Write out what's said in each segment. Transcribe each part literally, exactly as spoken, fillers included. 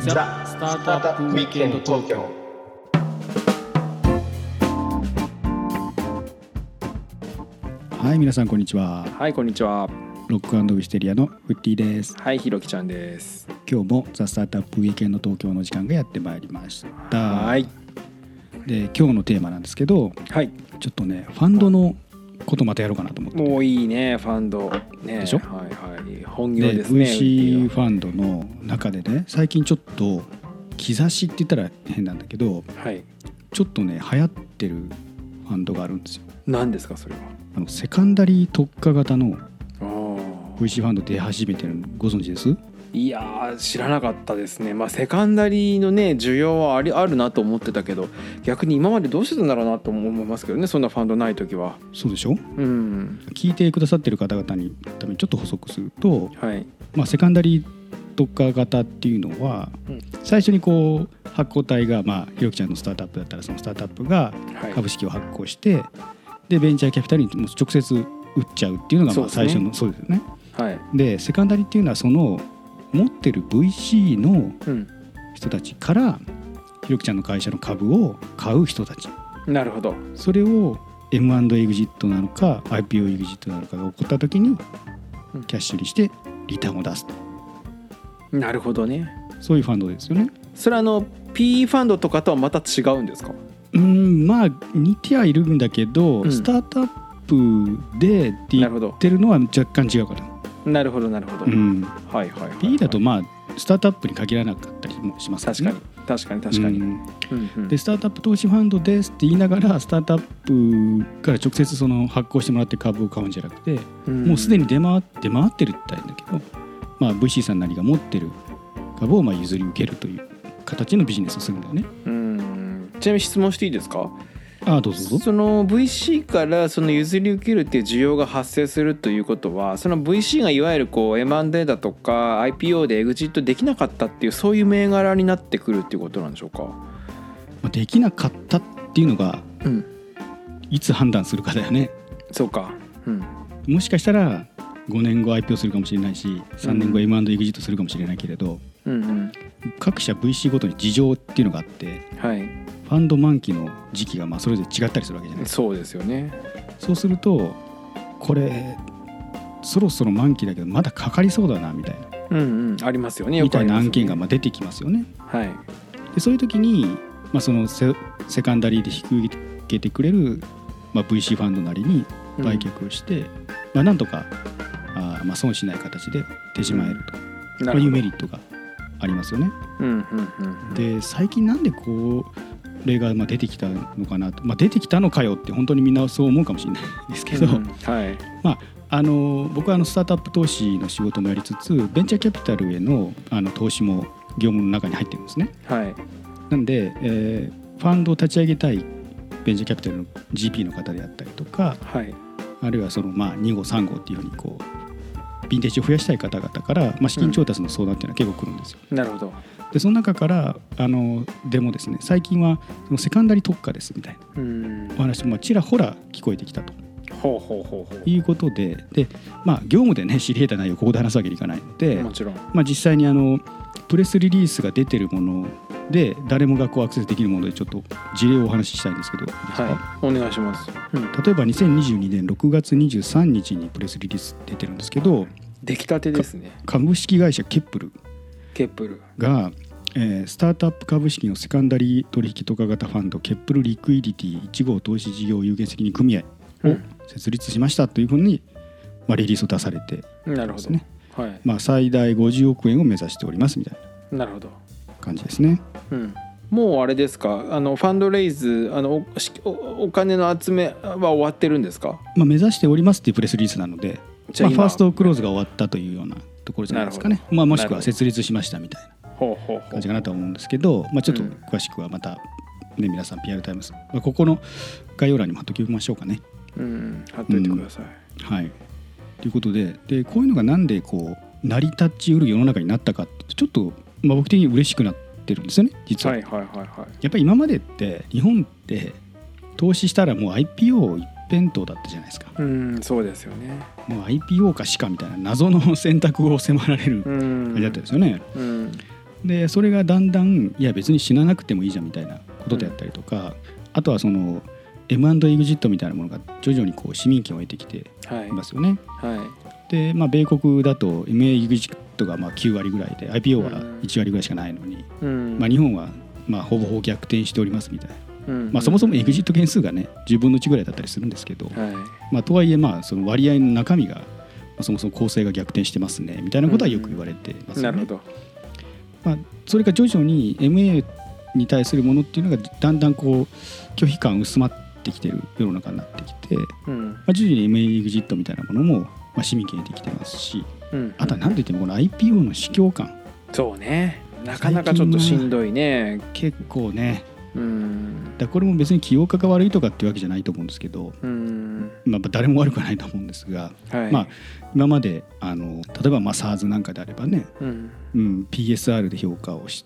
ザ・スタートアップウィークエンド東京。 はい、皆さんこんにちは。 はい、こんにちは。 ロック&ウィステリアのフッティです。 はい、ひろきちゃんです。 今日もザ・スタートアップウィークエンド東京の時間がやってまいりました。 はい。 で、今日のテーマなんですけど、 はい、 ちょっとねファンドのことまたやろうかなと思って。 もういいね、ファンド、ね、 でしょ。 はいはい、本業ですね。 で ブイシー ファンドの中でね、最近ちょっと兆しって言ったら変なんだけど、 はい、 ちょっとね流行ってるファンドがあるんですよ。 何ですかそれは。 あのセカンダリー特化型のあブイシー ファンド出始めてるのご存知です？ いやー、知らなかったですね。まあセカンダリーのね需要はありあるなと思ってたけど、逆に今までどうしてたんだろうなと思いますけどね、そんなファンドないときは。 そうでしょ。 うん、 聞いてくださってる方々にためにちょっと補足すると、 はい、 まあ、セカンダリー特化型っていうのは、うん、最初にこう発行体が、まあ、ひろきちゃんのスタートアップだったらそのスタートアップが株式を発行して、はい、でベンチャーキャピタルにもう直接売っちゃうっていうのがまあ最初のそうですよね。はい、でセカンダリーっていうのはその持ってる ブイシー の人たちから、うん、ひろきちゃんの会社の株を買う人たち。 なるほど。 それを エムアンドエー エグジットなのか アイピーオー エグジットなのかが起こった時にキャッシュにしてリターンを出すと。 なるほどね。 そういうファンドですよね。 それはあの ピーイー ファンドとかとはまた違うんですか？ うん、まあ似てはいるんだけど、うん、スタートアップでって言ってるのは若干違うかな。 なるほどなるほど、うん、はいはいはい、はい、 ピー だとまあスタートアップに限らなかったりもしますからね。 確かに確かに確かに、うんうんうん、 でスタートアップ投資ファンドですって言いながらスタートアップから直接その発行してもらって株を買うんじゃなくて、うん、もうすでに出回って出回ってるって言ったらいいんだけど、まあ、ブイシー さんなりが持ってる株をまあ譲り受けるという形のビジネスをするんだよね。 うん、ちなみに質問していいですか？ ああ、どうぞどうぞ。 その ブイシー からその譲り受けるっていう需要が発生するということは、その ブイシー がいわゆるこう エムアンドエー だとか アイピーオー でエグジットできなかったっていうそういう銘柄になってくるっていうことなんでしょうか？ できなかったっていうのが、うん、いつ判断するかだよね。 そうか、うん、 もしかしたらごねんご アイピーオー するかもしれないしさんねんご エムアンドエー エグジットするかもしれないけれど、うんうん、各社 ブイシー ごとに事情っていうのがあって、はい、ファンド満期の時期がまあそれぞれ違ったりするわけじゃないですか。 そうですよね。 そうするとこれそろそろ満期だけどまだかかりそうだなみたいな、うんうん、 ありますよね。 みたいな案件がまあ出てきますよね。はい、でそういう時に、まあ、その セ, セカンダリーで引き受けてくれる、まあ、ブイシー ファンドなりに売却をして、うん、まあ、なんとかあ、まあ、損しない形で手締まえると、うん、いうメリットがありますよね。うんうんうんうん、で最近なんでこう例がまあ出てきたのかなと、まあ、出てきたのかよって本当にみんなそう思うかもしれないですけど、うん、はい、まあ、あの僕はあのスタートアップ投資の仕事もやりつつベンチャーキャピタルへ の, あの投資も業務の中に入ってるんですね。はい、なんで、えー、ファンドを立ち上げたいベンチャーキャピタルの ジーピー の方であったりとか、はい、あるいはそのまあに号さん号っていうふうにこうヴィンテージを増やしたい方々から、まあ、資金調達の相談っていうのは結構来るんですよ。 うん、なるほど。 でその中からあのでもですね、最近はそのセカンダリ特化ですみたいなお話もちらほら聞こえてきたとほうほうほうほういうことで、で、まあ、業務でね知り得た内容をここで話すわけにいかないので、もちろん、まあ、実際にあのプレスリリースが出てるもので誰もがこうアクセスできるものでちょっと事例をお話ししたいんですけど、いいですか？ はい、お願いします。 うん、例えばにせんにじゅうにねんろくがつにじゅうさんにちにプレスリリース出てるんですけど、 出来たてですね。 株式会社ケップルケップルが、えー、スタートアップ株式のセカンダリー取引特化型ファンドケップルリクイディティいち号投資事業有限責任組合を設立しましたというふうに、まあ、リリースを出されていますね。なるほど、はい、まあ、最大ごじゅうおくえんを目指しておりますみたいな感じですね。 うん、もうあれですか、あのファンドレイズあの お, お金の集めは終わってるんですか？ まあ、目指しておりますっていうプレスリリースなので、まあ、ファーストクローズが終わったというようなところじゃないですかね。まあ、もしくは設立しましたみたいな感じかなと思うんですけど、まあ、ちょっと詳しくはまた、ね、皆さん ピーアール タイムズ、まあ、ここの概要欄にも貼っときましょうかね。 うん、貼っといてください。 うん、はい、ということで、でこういうのがなんでこう成り立ちうる世の中になったかってちょっと、まあ、僕的に嬉しくなってるんですよね実は。はいはいはいはい、やっぱり今までって日本って投資したらもう アイピーオー 一辺倒だったじゃないですか。 うん、そうですよね。 もう アイピーオー かしかみたいな謎の選択を迫られる感じだったですよね。うん、 でそれがだんだんいや別に死ななくてもいいじゃんみたいなことであったりとか、うん、あとはその エムアンドエグジットみたいなものが徐々にこう市民権を得てきていますよね、 はいはい、 で、まあ、米国だと エムエー エグジットがまあきゅうわりぐらいで アイピーオー はいちわりぐらいしかないのに、うんまあ、日本はまあほぼほぼ逆転しておりますみたいな、うんまあ、そもそもエグジット件数がねじゅうぶんのいちぐらいだったりするんですけど、はいまあ、とはいえまあその割合の中身がそもそも構成が逆転してますねみたいなことはよく言われてますよね、うん、なるほど、まあ、それが徐々に エムエー に対するものっていうのがだんだんこう拒否感薄まってきてる世の中になってきて、うんまあ、徐々に エムエー エグジットみたいなものもまあ市民権得てきてますし、うん、あとは何といってもこの アイピーオー の市況感、 そうねなかなかちょっとしんどいね結構ね、うんだこれも別に起業家が悪いとかっていうわけじゃないと思うんですけど、うんまあ、誰も悪くはないと思うんですが、はいまあ、今まであの例えばまあ SARS なんかであればね、うんうん、ピーエスアール で評価をして、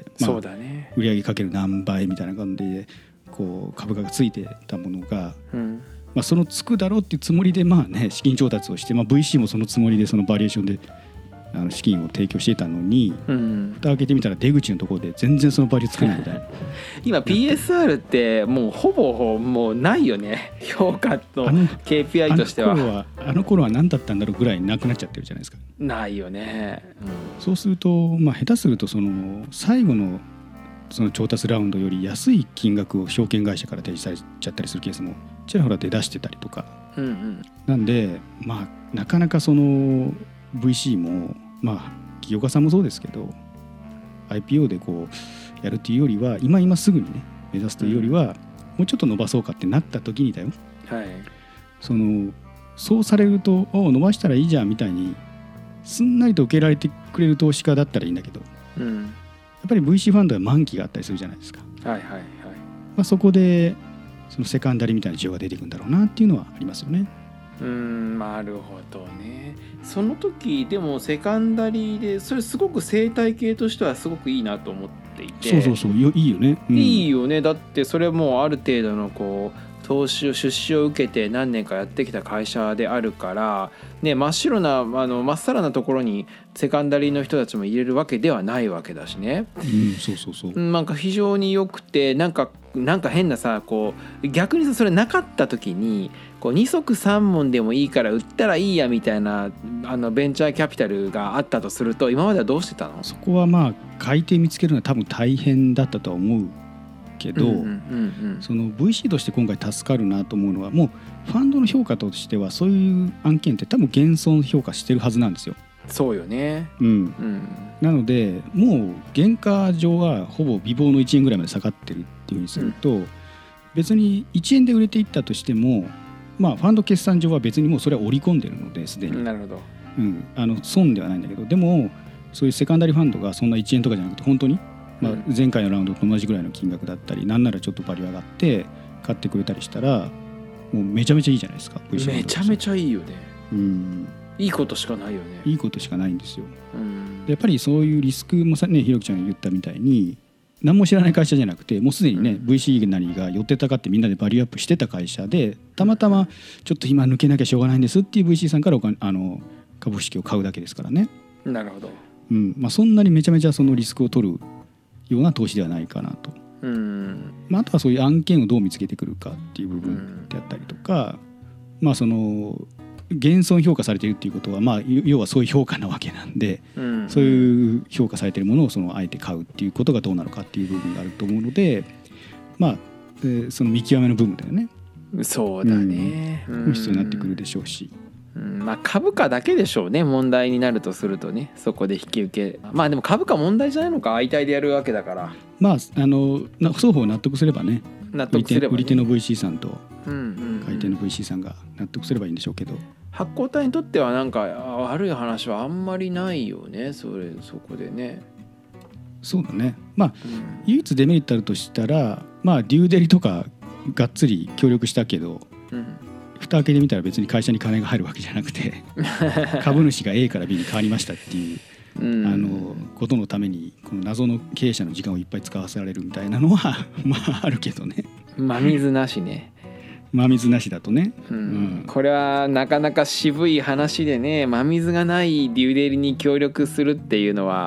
まあ、そうだね、売上かける何倍みたいな感じでこう株価がついてたものが、うんまあ、そのつくだろうっていうつもりでまあ、ね、資金調達をして、まあ、ブイシー もそのつもりでそのバリエーションであの資金を提供していたのに、うん、蓋開けてみたら出口のところで全然そのバリューつかないみたいな今 ピーエスアール ってもうほぼもうないよね評価の ケーピーアイ としては。 あの頃はあの頃は何だったんだろうぐらいなくなっちゃってるじゃないですか。 ないよね、うん、 そうすると、まあ、下手するとその最後のその調達ラウンドより安い金額を証券会社から提示されちゃったりするケースもちらほら出してたりとか、うんうん、なんで、まあ、なかなかその ブイシー もまあ企業家さんもそうですけど アイピーオー でこうやるというよりは今今すぐにね目指すというよりは、うん、もうちょっと伸ばそうかってなった時にだよ、はい、そのそうされるとお伸ばしたらいいじゃんみたいにすんなりと受けられてくれる投資家だったらいいんだけど、うん、やっぱり ブイシー ファンドは満期があったりするじゃないですか、はいはいはいまあ、そこでそのセカンダリみたいな需要が出てくるんだろうなっていうのはありますよね。 うーんなるほどね。その時でもセカンダリーでそれすごく生態系としてはすごくいいなと思っていて、 そうそうそういいよね、 うん、いいよね。だってそれもある程度のこう投資を出資を受けて何年かやってきた会社であるから、ね、真っ白なあの真っさらなところにセカンダリーの人たちも入れるわけではないわけだしね、 うん、そうそうそうなんか非常によくてなんかなんか変なさこう逆にさそれなかった時にこう二足三門でもいいから売ったらいいやみたいなあのベンチャーキャピタルがあったとすると今まではどうしてたの？ そこはまあ買い手見つけるのは多分大変だったとは思うけど、うんうんうんうん、その ブイシー として今回助かるなと思うのはもうファンドの評価としてはそういう案件って多分減損評価してるはずなんですよ。 そうよね、 うんうん、なのでもう原価上はほぼ微々のいちえんぐらいまで下がってるっていうふうにすると、うん、別にいちえんで売れていったとしてもまあファンド決算上は別にもうそれは織り込んでるのですでに、 なるほど、 うん、あの損ではないんだけどでもそういうセカンダリーファンドがそんないちえんとかじゃなくて本当に、まあ、前回のラウンドと同じぐらいの金額だったりなんならちょっとバリュー上がって買ってくれたりしたらもうめちゃめちゃいいじゃないですか。 めちゃめちゃいいよね、 うんいいことしかないよね。 いいことしかないんですよ、うん、でやっぱりそういうリスクもさねひろきちゃんが言ったみたいに何も知らない会社じゃなくてもうすでにね、うん、ブイシー なりが寄ってたかってみんなでバリューアップしてた会社でたまたまちょっと今抜けなきゃしょうがないんですっていう ブイシー さんからお金あの株式を買うだけですからね。 なるほど、 うんまあ、そんなにめちゃめちゃそのリスクを取るような投資ではないかなと、うんまあ、あとはそういう案件をどう見つけてくるかっていう部分であったりとか、うん、まあその減損評価されているっていうことは、まあ、要はそういう評価なわけなんで、うん、そういう評価されているものをそのあえて買うっていうことがどうなのかっていう部分があると思うので、まあ、えー、その見極めの部分だよね。 そうだね、 うん、必要になってくるでしょうし、 うんまあ、株価だけでしょうね問題になるとするとねそこで引き受けまあでも株価問題じゃないのか相対でやるわけだからまああの双方納得すればね納得すればね売り手の ブイシー さんと買い手の ブイシー さんが納得すればいいんでしょうけど、 発行体にとってはなんか悪い話はあんまりないよねそれそこでね。 そうだねまあ、うん、唯一デメリットあるとしたらまあデューデリとかがっつり協力したけど、うん、蓋開けてみたら別に会社に金が入るわけじゃなくて株主が A から B に変わりましたっていう、うん、あのことのためにこの謎の経営者の時間をいっぱい使わせられるみたいなのはまああるけどね。 真水なしね。 真水なしだとね、 うんうん、これはなかなか渋い話でね真水がないデューデリに協力するっていうのは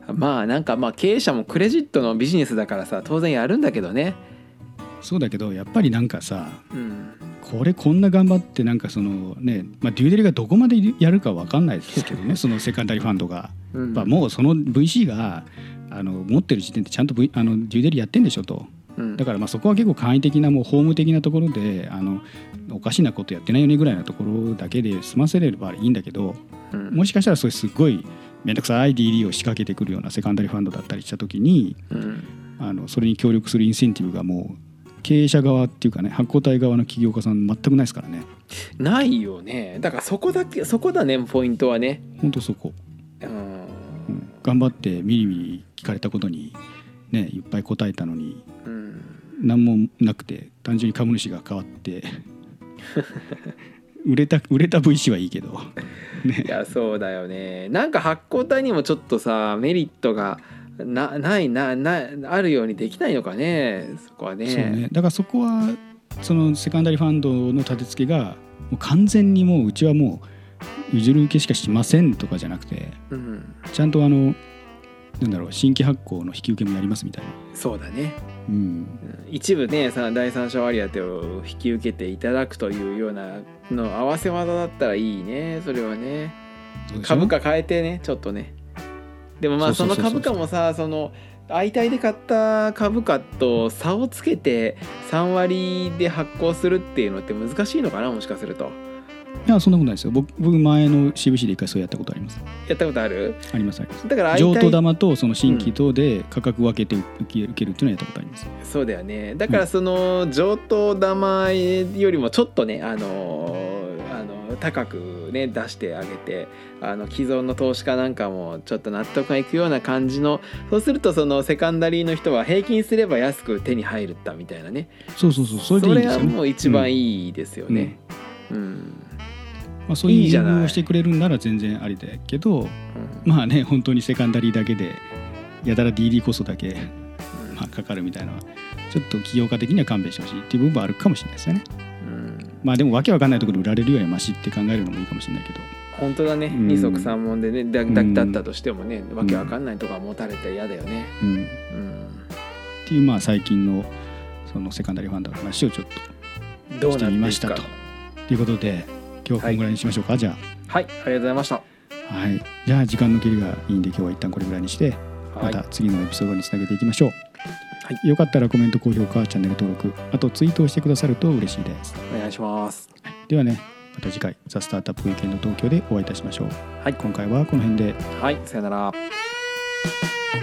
まあなんかまあ経営者もクレジットのビジネスだからさ当然やるんだけどね。 そうだけどやっぱりなんかさ、 うん、 これこんな頑張ってなんかそのね、まあ、デューデリがどこまでやるか分かんないですけどねそのセカンダリーファンドが、 うんまあ、もうその ブイシー があの持ってる時点でちゃんと、v、あのデューデリやってんでしょと。だからまあそこは結構簡易的なもう法務的なところであのおかしなことやってないよねぐらいなところだけで済ませればいいんだけど、うん、もしかしたらそれすごいめんどくさい ディーディー を仕掛けてくるようなセカンダリーファンドだったりした時に、うん、あのそれに協力するインセンティブがもう経営者側っていうかね発行体側の起業家さん全くないですからね。 ないよね。だからそこだけそこだねポイントはね。 本当そこ、うんうん、頑張ってミリミリ聞かれたことにねいっぱい答えたのに、うん、何もなくて単純に株主が変わって売れた売れた ブイシー はいいけど、 ね、いやそうだよね。なんか発行体にもちょっとさメリットがなないななあるようにできないのかねそこはね。 そうね。だからそこはそのセカンダリーファンドの立て付けがもう完全にもううちはもう譲る受けしかしませんとかじゃなくて、うん、ちゃんとあのなんだろう新規発行の引き受けもやりますみたいな。 そうだね、 うん、 一部ね第三者割当を引き受けていただくというようなの合わせ技だったらいいねそれはね。株価変えてねちょっとね。でもまあその株価もさその相対で買った株価と差をつけてさん割で発行するっていうのって難しいのかなもしかすると。 いやそんなことないですよ。僕前の シーブイシー で一回そうやったことあります。 やったことある？ ありますあります。 だから譲渡玉とその新規等で価格分けて受けるっていうのはやったことあります。 うん、そうだよね。だからその譲渡玉よりもちょっとねあのあの高くね出してあげてあの既存の投資家なんかもちょっと納得がいくような感じのそうするとそのセカンダリーの人は平均すれば安く手に入るったみたいなね。 そうそうそうそれでいいんですよね。 それがもう一番いいですよね。うん。うんまあ、そういう優遇をしてくれるんなら全然ありだけど、うん、まあね本当にセカンダリーだけでやたら ディーディー コストだけ、うんまあ、かかるみたいなのはちょっと起業家的には勘弁してほしいっていう部分はあるかもしれないですよね。うん、まあでもわけわかんないところで売られるよりはマシって考えるのもいいかもしれないけど。 本当だね、うん、二足三門でね だ, だ, だったとしてもね、うん、わけわかんないところ持たれて嫌だよね。うんうん、 っていうまあ最近のそのセカンダリーファンドの話をちょっとしてみましたということで今日はこのぐらいにしましょうか、はい、じゃあはいありがとうございました。はいじゃあ時間の切りがいいんで今日は一旦これぐらいにしてまた次のエピソードにつなげていきましょう。はい、よかったらコメント高評価チャンネル登録あとツイートをしてくださると嬉しいです。 お願いします。 ではねまた次回ザ・スタートアップウィーケンド東京でお会いいたしましょう。はい今回はこの辺ではいさよなら。